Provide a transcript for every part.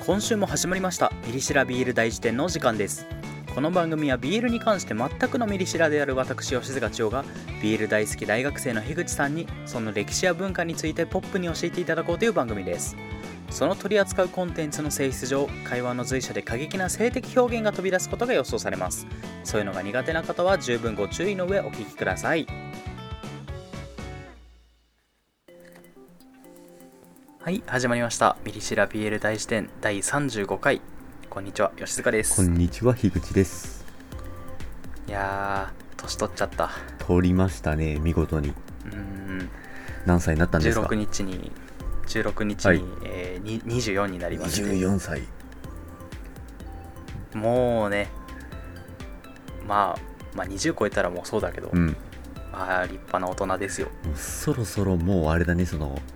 今週も始まりましたミリシラビール大辞典のお時間です。この番組はビールに関して全くのミリシラである私吉塚千代がビール大好き大学生の樋口さんにその歴史や文化についてポップに教えていただこうという番組です。その取り扱うコンテンツの性質上、会話の随所で過激な性的表現が飛び出すことが予想されます。そういうのが苦手な方は十分ご注意の上お聞きください。はい、始まりましたミリシラ BL 大辞典第35回。こんにちは、吉塚です。 こんにちは、樋口です。 いやー、年取っちゃった。 取りましたね、見事に。何歳になったんですか？ 16日に、はい、24になりまして。 24歳。 もうね、まあ20超えたらもうそうだけど、まあ立派な大人ですよ。 もうそろそろもうあれだね、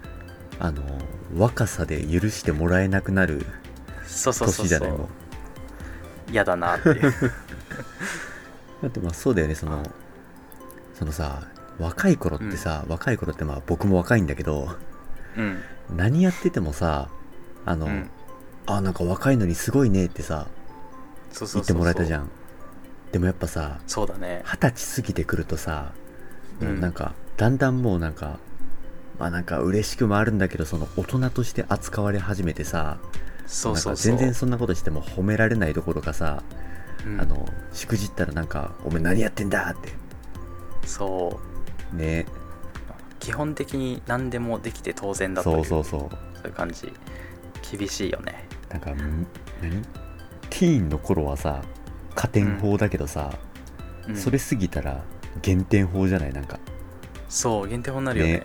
若さで許してもらえなくなる年じゃない。もう嫌だなっていうだってまあそうだよね、そのさ、若い頃ってさ、若い頃ってまあ僕も若いんだけど、何やっててもさ、なんか若いのにすごいねってさ、言ってもらえたじゃん。でもやっぱさ、 そうだね、 20歳過ぎてくるとさ、なんかだんだんもうなんか嬉しくもあるんだけど、その大人として扱われ始めてさ、なんか全然そんなことしても褒められないどころかさ、しくじったらなんかお前何やってんだって。 そうね、 基本的に何でもできて当然だという、そういう感じ。厳しいよね。 なんかティーンの頃はさ加点法だけどさ、それ過ぎたら減点法じゃない。なんかそう減点法になるよね。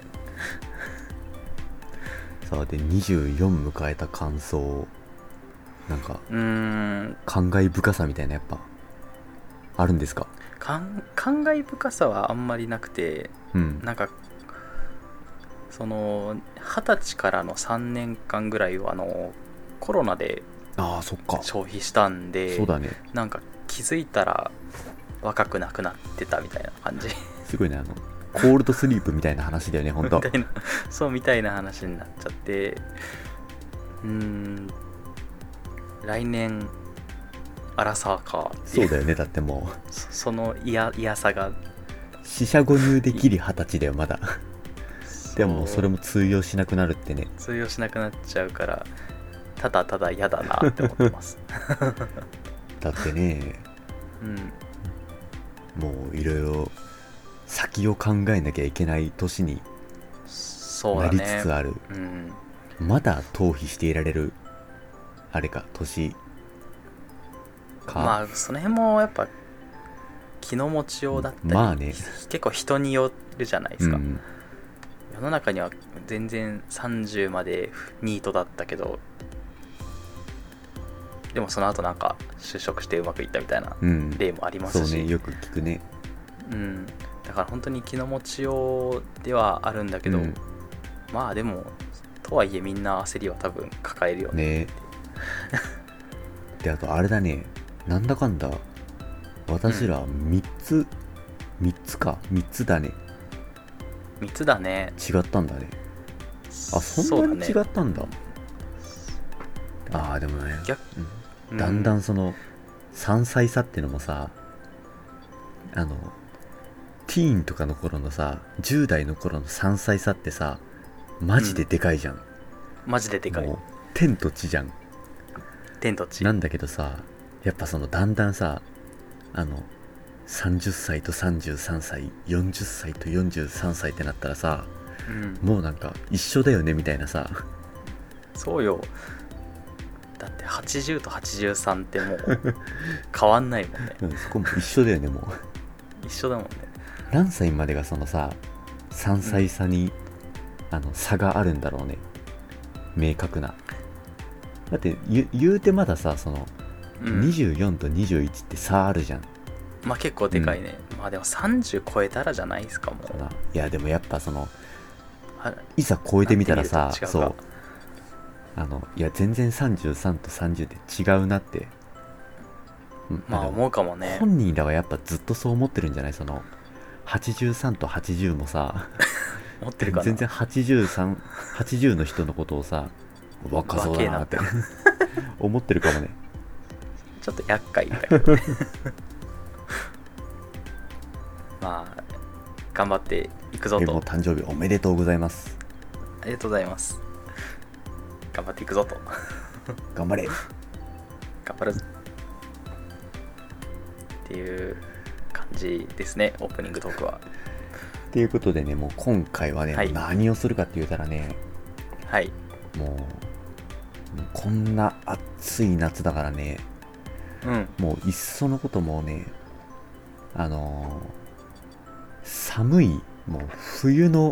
さあで24迎えた感想、なんか感慨深さみたいなやっぱあるんですか？ 感慨深さはあんまりなくて、なんかその20歳からの3年間ぐらいはコロナで消費したんで、 そうだね、 なんか気づいたら若くなくなってたみたいな感じ。 すごいね、コールドスリープみたいな話だよね、本当。 そうみたいな話になっちゃって、来年アラサーかっていう。 そうだよね、だってもうその嫌さが四捨五入できり20歳だよまだ。でもそれも通用しなくなるってね。 通用しなくなっちゃうから、ただただ嫌だなって思ってますだってね、もういろいろ先を考えなきゃいけない年になりつつある。まだ逃避していられるあれか年か。 まあその辺もやっぱ気の持ちようだったり、 まあね、 結構人によるじゃないですか。世の中には全然30までニートだったけど、でもその後なんか就職してうまくいったみたいな例もありますし、 そうね、よく聞くね。 だから本当に気の持ちようではあるんだけど、まあでもとはいえみんな焦りは多分抱えるよね。 で、あとあれだね、なんだかんだ私ら3つだね。 3つだね。 違ったんだね。あ、そんなに違ったんだ。ああ、でもね、だんだんその3歳差っていうのもさ、ティーンとかの頃のさ、10代の頃の3歳差ってさ、マジででかいじゃん。 マジででかい。 もう天と地じゃん。 天と地なんだけどさ、やっぱそのだんだんさ、30歳と33歳、40歳と43歳ってなったらさ、もうなんか一緒だよねみたいなさ。 そうよ。だって80と83ってもう変わんないもんね。 そこも一緒だよね、もう一緒だもんね。 何歳までがそのさ3歳差に、差があるんだろうね、明確な。だって言うてまださ、その、24と21って差あるじゃん。 まあ結構でかいね。まあでも30超えたらじゃないですか、もう。 いやでもやっぱそのいざ超えてみたらさ、そういや全然33と30って違うなって、 まあ思うかもね。 本人らはやっぱずっとそう思ってるんじゃない？その83と80もさ持ってるかな。 全然80の人のことをさ、若そうだなって思ってるかもね。 ちょっと厄介だけどねまあ頑張っていくぞと。 もう誕生日おめでとうございます。 ありがとうございます。頑張っていくぞと頑張れ。 頑張るぞっていう感じですね、オープニングトークは。 ということでね、もう今回はね、 はい、 何をするかって言ったらね、 はい、 もうこんな暑い夏だからね、もういっそのこともうね、寒いもう冬の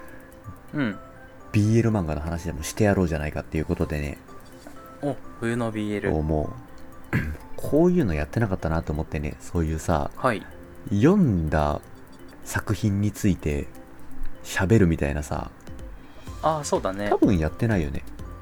BL 漫画の話でもしてやろうじゃないかっていうことでね。 お、冬の BL。 もうこういうのやってなかったなと思ってね、そういうさ、 はい、 読んだ作品について喋るみたいなさ。 ああ、そうだね。 多分やってないよね。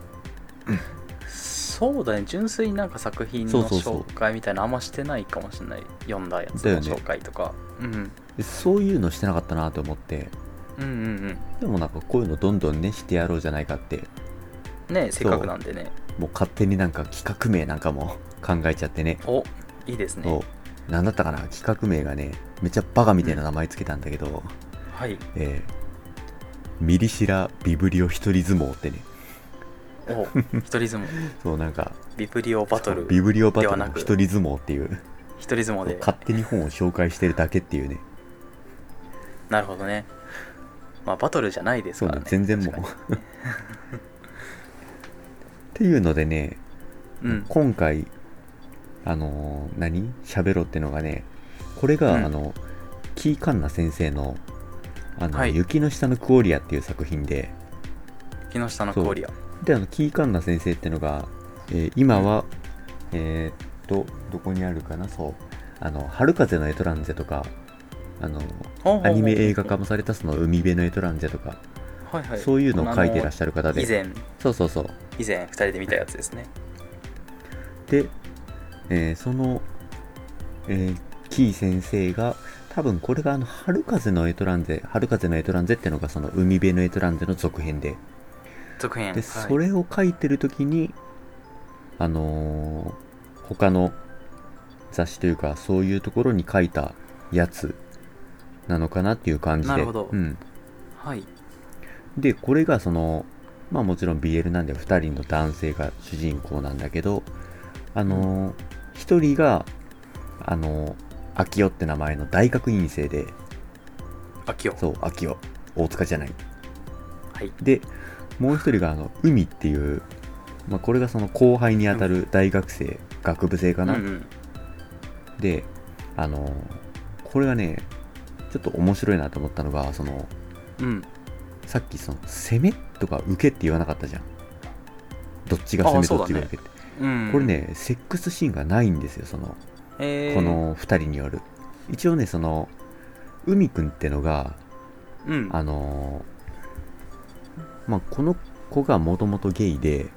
そうだね、純粋になんか作品の紹介みたいなあんましてないかもしれない。読んだやつの紹介とか、 そういうのしてなかったなと思って、でもなんかこういうのどんどんねしてやろうじゃないかってね、せっかくなんでね。 もう勝手になんか企画名なんかも考えちゃってね。 お、いいですね。 なんだったかな、企画名がね、めっちゃバカみたいな名前つけたんだけど、 はい、 ミリシラビブリオ一人相撲ってね。 お、一人相撲そうなんかビブリオバトルビブリオバトルの一人相撲っていう、 一人相撲で勝手に本を紹介してるだけっていうね。 なるほどね。まあバトルじゃないですからね。 全然もうっていうのでね、今回喋ろうってのがね、これが、キーカンナ先生の雪の下のクオリアっていう作品で。 雪の下のクオリアで、キーカンナ先生ってのが、今はどこにあるかな。そう春風のエトランゼとかアニメ映画化もされたその海辺のエトランゼとか、そういうのを書いてらっしゃる方で、 以前以前2人で見たやつですね。 で、その、キー先生が多分これが春風のエトランゼってのがその海辺のエトランゼの続編で、それを書いてる時に他の雑誌というかそういうところに書いたやつなのかなっていう感じで。 なるほど。はい。 でこれがまあもちろん BL なんで2人の男性が主人公なんだけど、1人が秋代って名前の大学院生で。 秋代。 そう、秋代、大塚じゃない。 はい。 でもう一人が海っていう、まあ、これがその後輩にあたる大学生、学部生かな。でこれがねちょっと面白いなと思ったのがさっき攻めとか受けって言わなかったじゃん。どっちが攻めどっちが受けって、これねセックスシーンがないんですよ。この2人による。一応ね海くんってのが、まあこの子がもともとゲイで、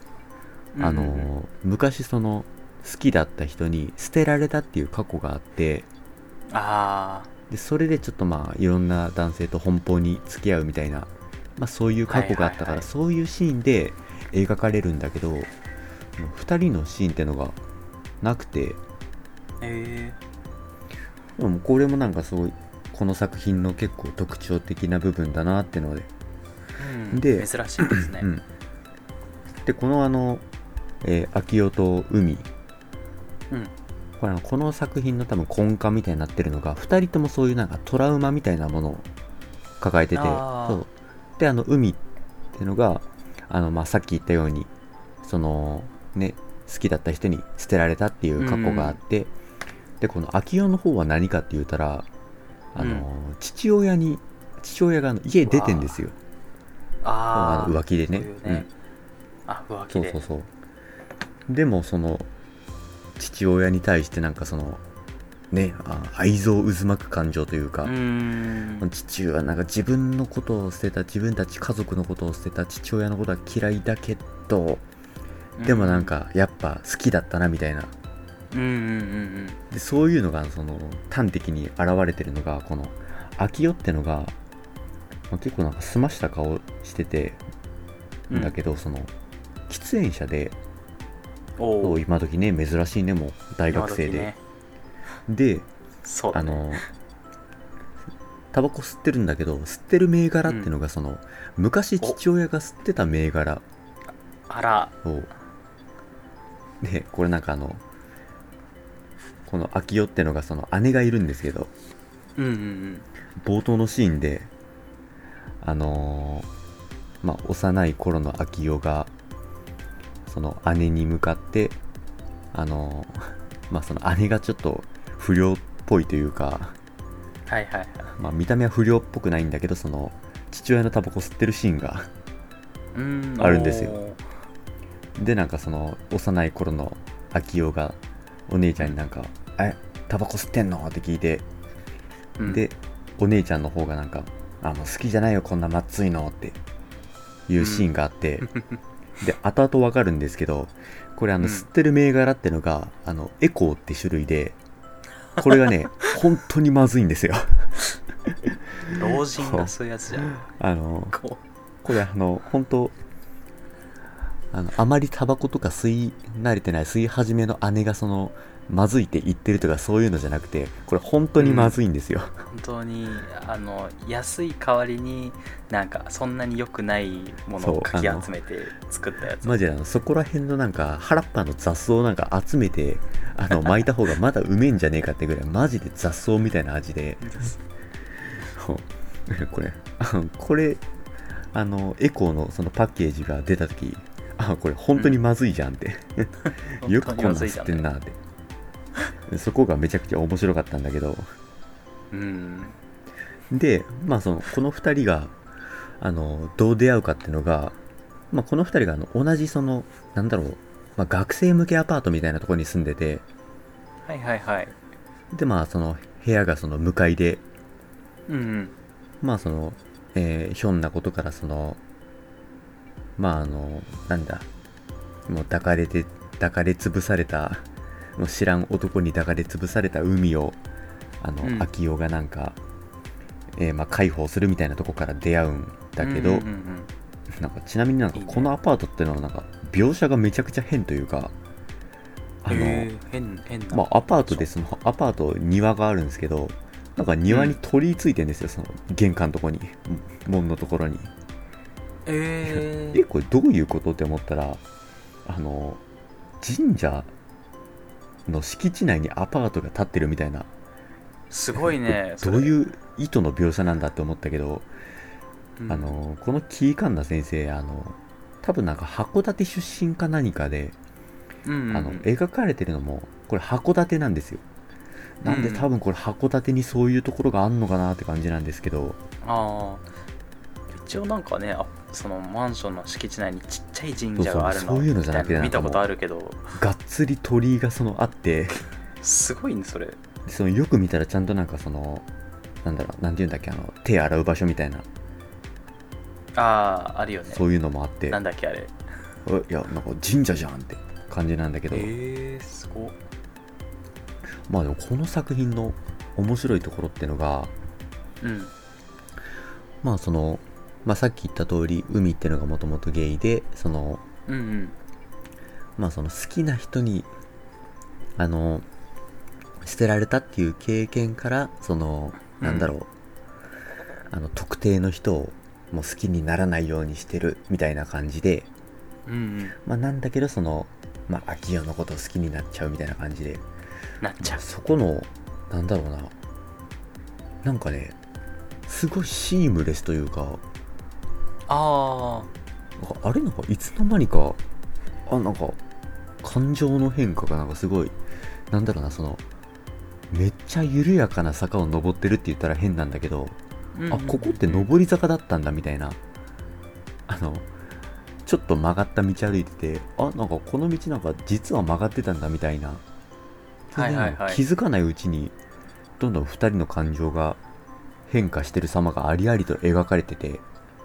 昔好きだった人に捨てられたっていう過去があって、でそれでちょっとまあいろんな男性と奔放に付き合うみたいな、まあそういう過去があったから、そういうシーンで描かれるんだけど、2人のシーンってのがなくて、これもなんかこの作品の結構特徴的な部分だなってので、 で珍しいですね。 でこの秋代と海、この作品の多分根幹みたいになってるのが、2人ともそういうなんかトラウマみたいなものを抱えてて、で海ってのがまあ、さっき言ったようにね、好きだった人に捨てられたっていう過去があって、でこの秋代の方は何かって言ったら父親が家出てんですよ。浮気でね。 浮気で。 そうでも父親に対してなんかね、愛憎渦巻く感情というか、父親はなんか自分のことを捨てた、自分たち家族のことを捨てた父親のことは嫌いだけど、でもなんかやっぱ好きだったなみたいな。でそういうのが端的に現れてるのがこの秋代ってのが、結構なんか澄ました顔しててんだけど、喫煙者でそう今時ね珍しいね、もう大学生で、 ね、 でそうだね、 タバコ吸ってるんだけど、吸ってる銘柄ってのがその、昔父親が吸ってた銘柄。 あら。 でこれなんかこの秋代ってのがその姉がいるんですけど、冒頭のシーンで幼い頃の秋代がその姉に向かってその姉がちょっと不良っぽいというか、見た目は不良っぽくないんだけど、その父親のタバコ吸ってるシーンがあるんですよ。でなんかその幼い頃の秋代がお姉ちゃんになんかタバコ吸ってんのって聞いて、でお姉ちゃんの方がなんかもう好きじゃないよこんなまっついのっていうシーンがあって、で後々わかるんですけど、これ吸ってる銘柄ってのがエコーって種類で、これがね本当にまずいんですよ。 老人がそういうやつじゃん。 これ本当あまりタバコとか吸い慣れてない、吸い始めの姉がそのまずいって言ってるとかそういうのじゃなくて、これ本当にまずいんですよ、 本当に安い代わりになんかそんなに良くないものをかき集めて作ったやつ。 マジでそこら辺のなんか原っぱの雑草をなんか集めて巻いた方がまだうめえんじゃねえかってぐらいマジで雑草みたいな味でこれエコーのそのパッケージが出た時、これ本当にまずいじゃんってよくこんなん吸ってんなって、そこがめちゃくちゃ面白かったんだけど、でこの2人がどう出会うかっていうのが、この2人が同じその学生向けアパートみたいなところに住んでて、でその部屋がその向かいで、そのひょんなことからそのもう抱かれ潰された、もう知らん男に抱かれ潰された海を秋代がなんか、解放するみたいなとこから出会うんだけど、なんかちなみになんかこのアパートってのはなんか描写がめちゃくちゃ変というか、 変アパートでそのアパート庭があるんですけど、なんか庭に鳥居ついてるんですよ、その玄関のとこに、門のところに。これどういうことって思ったら、神社の敷地内にアパートが建ってるみたいな。 すごいね。 どういう意図の描写なんだって思ったけど、この木井環奈先生多分なんか函館出身か何かで、描かれてるのもこれ函館なんですよ。なんで多分これ函館にそういうところがあんのかなって感じなんですけど、 一応なんかね、そのマンションの敷地内にちっちゃい神社があるの、 そういうのじゃなくて見たことあるけど、 がっつり鳥居があってすごいねそれ。 よく見たらちゃんとなんかなんていうんだっけ、手洗う場所みたいな、 あるよね。 そういうのもあって、 なんだっけあれ、 いやなんか神社じゃんって感じなんだけど、 すごっ。 でもこの作品の面白いところってのが、さっき言った通り海ってのがもともとゲイで、その好きな人に捨てられたっていう経験から、特定の人をもう好きにならないようにしてるみたいな感じで、なんだけど秋代のことを好きになっちゃうみたいな感じでなっちゃう。 そこのなんかね、すごいシームレスというか、あれなんかいつの間にかなんか感情の変化がなんかすごいめっちゃ緩やかな坂を登ってるって言ったら変なんだけど、ここって上り坂だったんだみたいな、ちょっと曲がった道歩いてて、なんかこの道なんか実は曲がってたんだみたいな、気づかないうちにどんどん2人の感情が変化してる様がありありと描かれてて、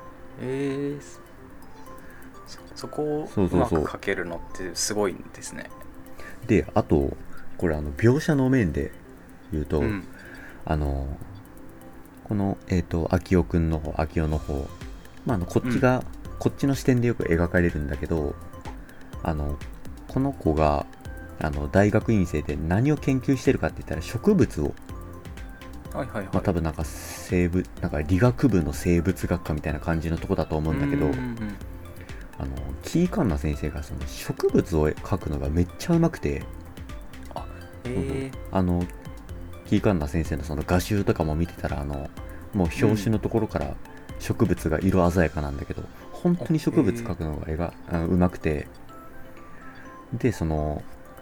そこをうまく描けるのってすごいんですね。 で、あとこれ描写の面で言うと、この秋代くんの方、秋代の方、こっちの視点でよく描かれるんだけど、ここの子が大学院生で何を研究してるかって言ったら植物を、 はいはいはい、 多分なんか理学部の生物学科みたいな感じのとこだと思うんだけど、キーカンナ先生がその植物を描くのがめっちゃうまくて、キーカンナ先生のその画集とかも見てたらもう表紙のところから植物が色鮮やかなんだけど、本当に植物描くのがうまくて、でその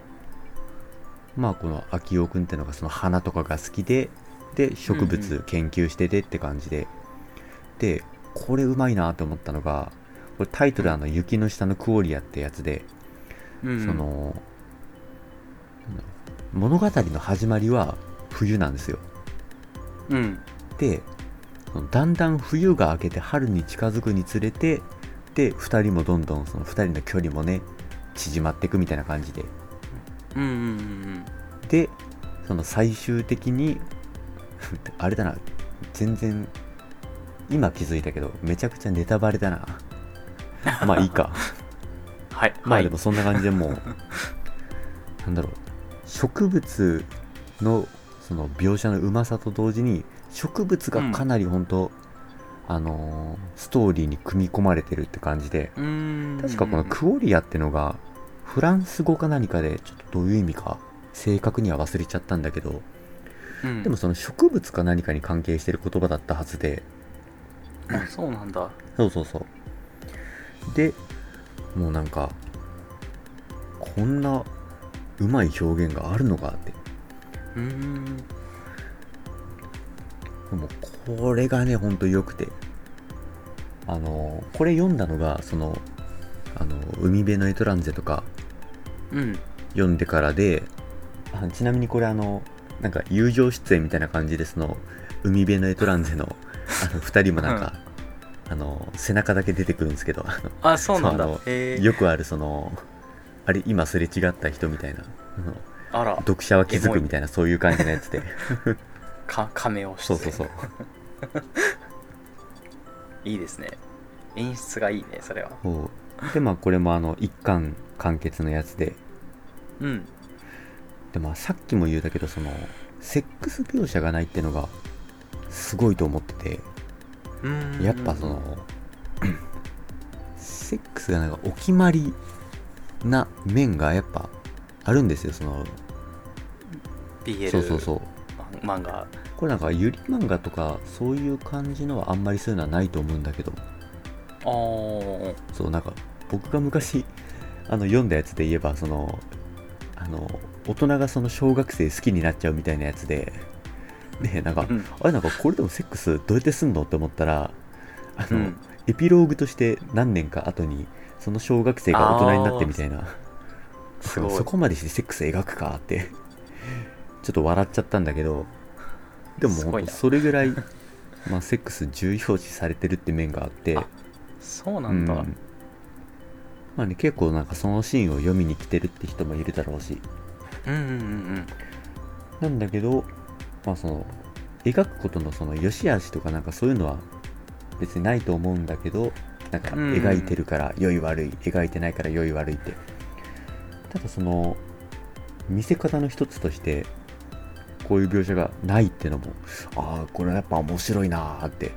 この秋代くんってのがその花とかが好きで植物研究しててって感じで、でこれうまいなと思ったのが、これタイトル雪の下のクオリアってやつで、その物語の始まりは冬なんですよ。でだんだん冬が明けて春に近づくにつれて、で2人もどんどんその2人の距離もね縮まっていくみたいな感じで、でその最終的にあれだな、全然今気づいたけどめちゃくちゃネタバレだなまあいいかはいでもそんな感じでもうなんだろう、植物のその描写のうまさと同時に植物がかなり本当、ストーリーに組み込まれてるって感じで、確かこのクオリアってのがフランス語か何かでちょっとどういう意味か正確には忘れちゃったんだけど、でもその植物か何かに関係してる言葉だったはずで、 そうなんだ。 そうでもうなんかこんなうまい表現があるのかって、でもこれがねほんと良くて、これ読んだのがその海辺のエトランゼとか読んでからで、ちなみにこれなんか友情出演みたいな感じで、その海辺のエトランゼの2人もなんか、背中だけ出てくるんですけど、 そうなんだ。 よくあるそのあれ今すれ違った人みたいな、読者は気づくみたいな、そういう感じのやつでカメオして、 そういいですね、演出がいいねそれは。 でこれも一巻完結のやつで、でさっきも言うたけど、そのセックス描写がないってのがすごいと思ってて、やっぱそのセックスがなんかお決まりな面がやっぱあるんですよ、その BL 漫画。 これなんかゆり漫画とかそういう感じのはあんまりそういうのはないと思うんだけど、そうなんか僕が昔読んだやつで言えば、その大人がその小学生好きになっちゃうみたいなやつで、なんか、あれなんかこれでもセックスどうやってすんのって思ったら、エピローグとして何年か後にその小学生が大人になってみたいな、そこまでしてセックス描くかってちょっと笑っちゃったんだけど、でも本当それぐらいセックス重要視されてるって面があって、 そうなんだ。 結構なんかそのシーンを読みに来てるって人もいるだろうし、なんだけどその描くことのその良し悪しとかなんかそういうのは別にないと思うんだけど、なんか描いてるから良い悪い、描いてないから良い悪いって、ただその見せ方の一つとしてこういう描写がないってのも、これはやっぱ面白いなーって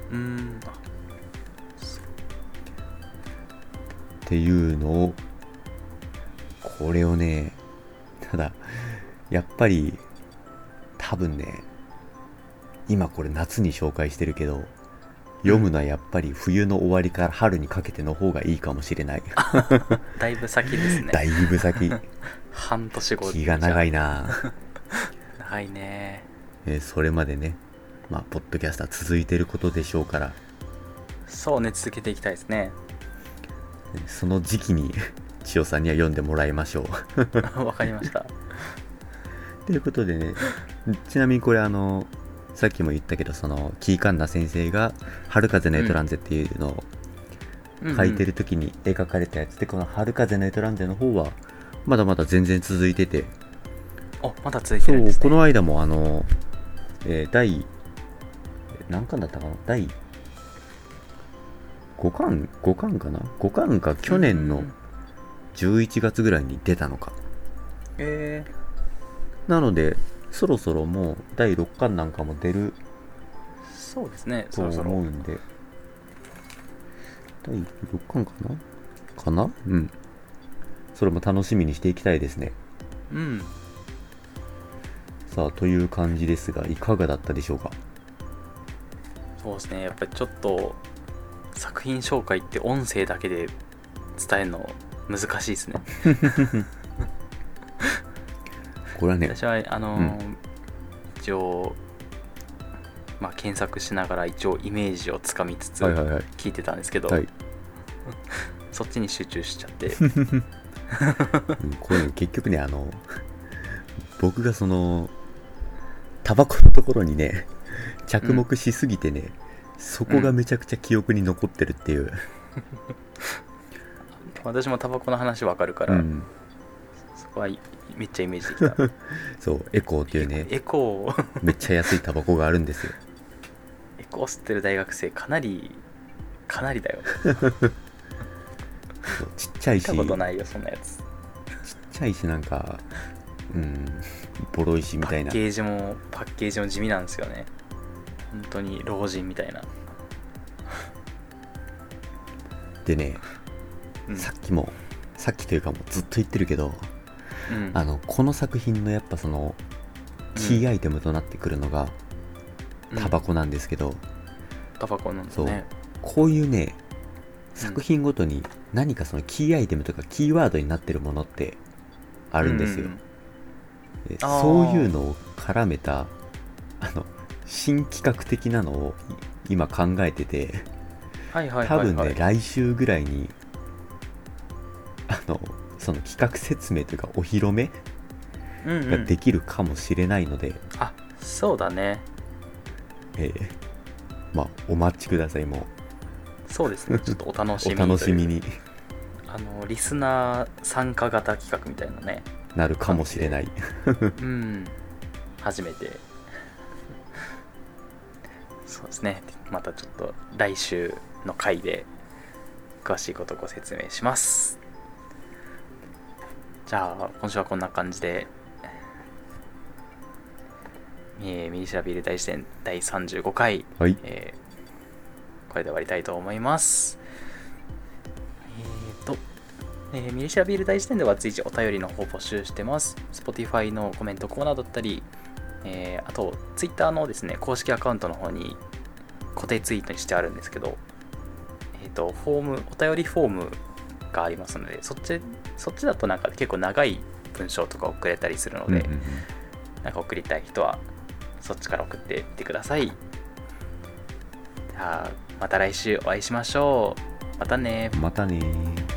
っていうのを、これをね、ただやっぱり多分ね、今これ夏に紹介してるけど、読むのはやっぱり冬の終わりから春にかけての方がいいかもしれないだいぶ先ですね。 だいぶ先半年後。 気が長いな長いね。 それまでね、ポッドキャスター続いてることでしょうから、 そうね、続けていきたいですね。 その時期に千代さんには読んでもらいましょうわかりました。 ということでね、ちなみにこれさっきも言ったけど、そのキーカンナ先生が春風のエトランゼっていうのを書いてる時に描かれたやつで、この春風のエトランゼの方はまだまだ全然続いてて、 まだ続いてるんですね。 そう、この間も第何巻だったかな、第5巻かな、5巻か去年の 11月ぐらいに出たのか。なのでそろそろもう第6巻なんかも出るそうですね、 と思うんで、第6巻かなうん。それも楽しみにしていきたいですね。 うん。 さあという感じですが、いかがだったでしょうか。 そうですね、やっぱりちょっと作品紹介って音声だけで伝えるの難しいですね。 これはね、 私は一応検索しながら一応イメージをつかみつつ聞いてたんですけど、そっちに集中しちゃってこれ結局ね、僕がそのタバコのところにね着目しすぎてね、そこがめちゃくちゃ記憶に残ってるっていう、 私もタバコの話わかるから、そこはめっちゃイメージできた。 そうエコーっていうね、 エコーめっちゃ安いタバコがあるんですよ。 エコー吸ってる大学生かなりだよ。 ちっちゃいし、 見たことないよそんなやつ。 ちっちゃいし、なんかボロ石みたいな。 パッケージも地味なんですよね。本当に老人みたいな。 でね、さっきというかもうずっと言ってるけど、この作品のやっぱそのキーアイテムとなってくるのがタバコなんですけど、 タバコなんですね。 こういうね、作品ごとに何かそのキーアイテムとかキーワードになってるものってあるんですよ。そういうのを絡めた新企画的なのを今考えてて、多分ね来週ぐらいにその企画説明というかお披露目ができるかもしれないので、 あ、そうだね。 お待ちください。もうそうですね、ちょっとお楽しみにお楽しみにリスナー参加型企画みたいなね、 なるかもしれない。 初めて。そうですね、またちょっと来週の回で詳しいことをご説明します。じゃあ今週はこんな感じで、ミリシラビール大辞典第35回、これで終わりたいと思います。ミリシラビール大辞典では随時お便りの方募集してます。 Spotify のコメントコーナーだったり、あと Twitter のですね公式アカウントの方に固定ツイートにしてあるんですけど、お便りフォームがありますので、そっちだとなんか結構長い文章とか送れたりするので、なんか送りたい人はそっちから送ってみてください。じゃあまた来週お会いしましょう。またね。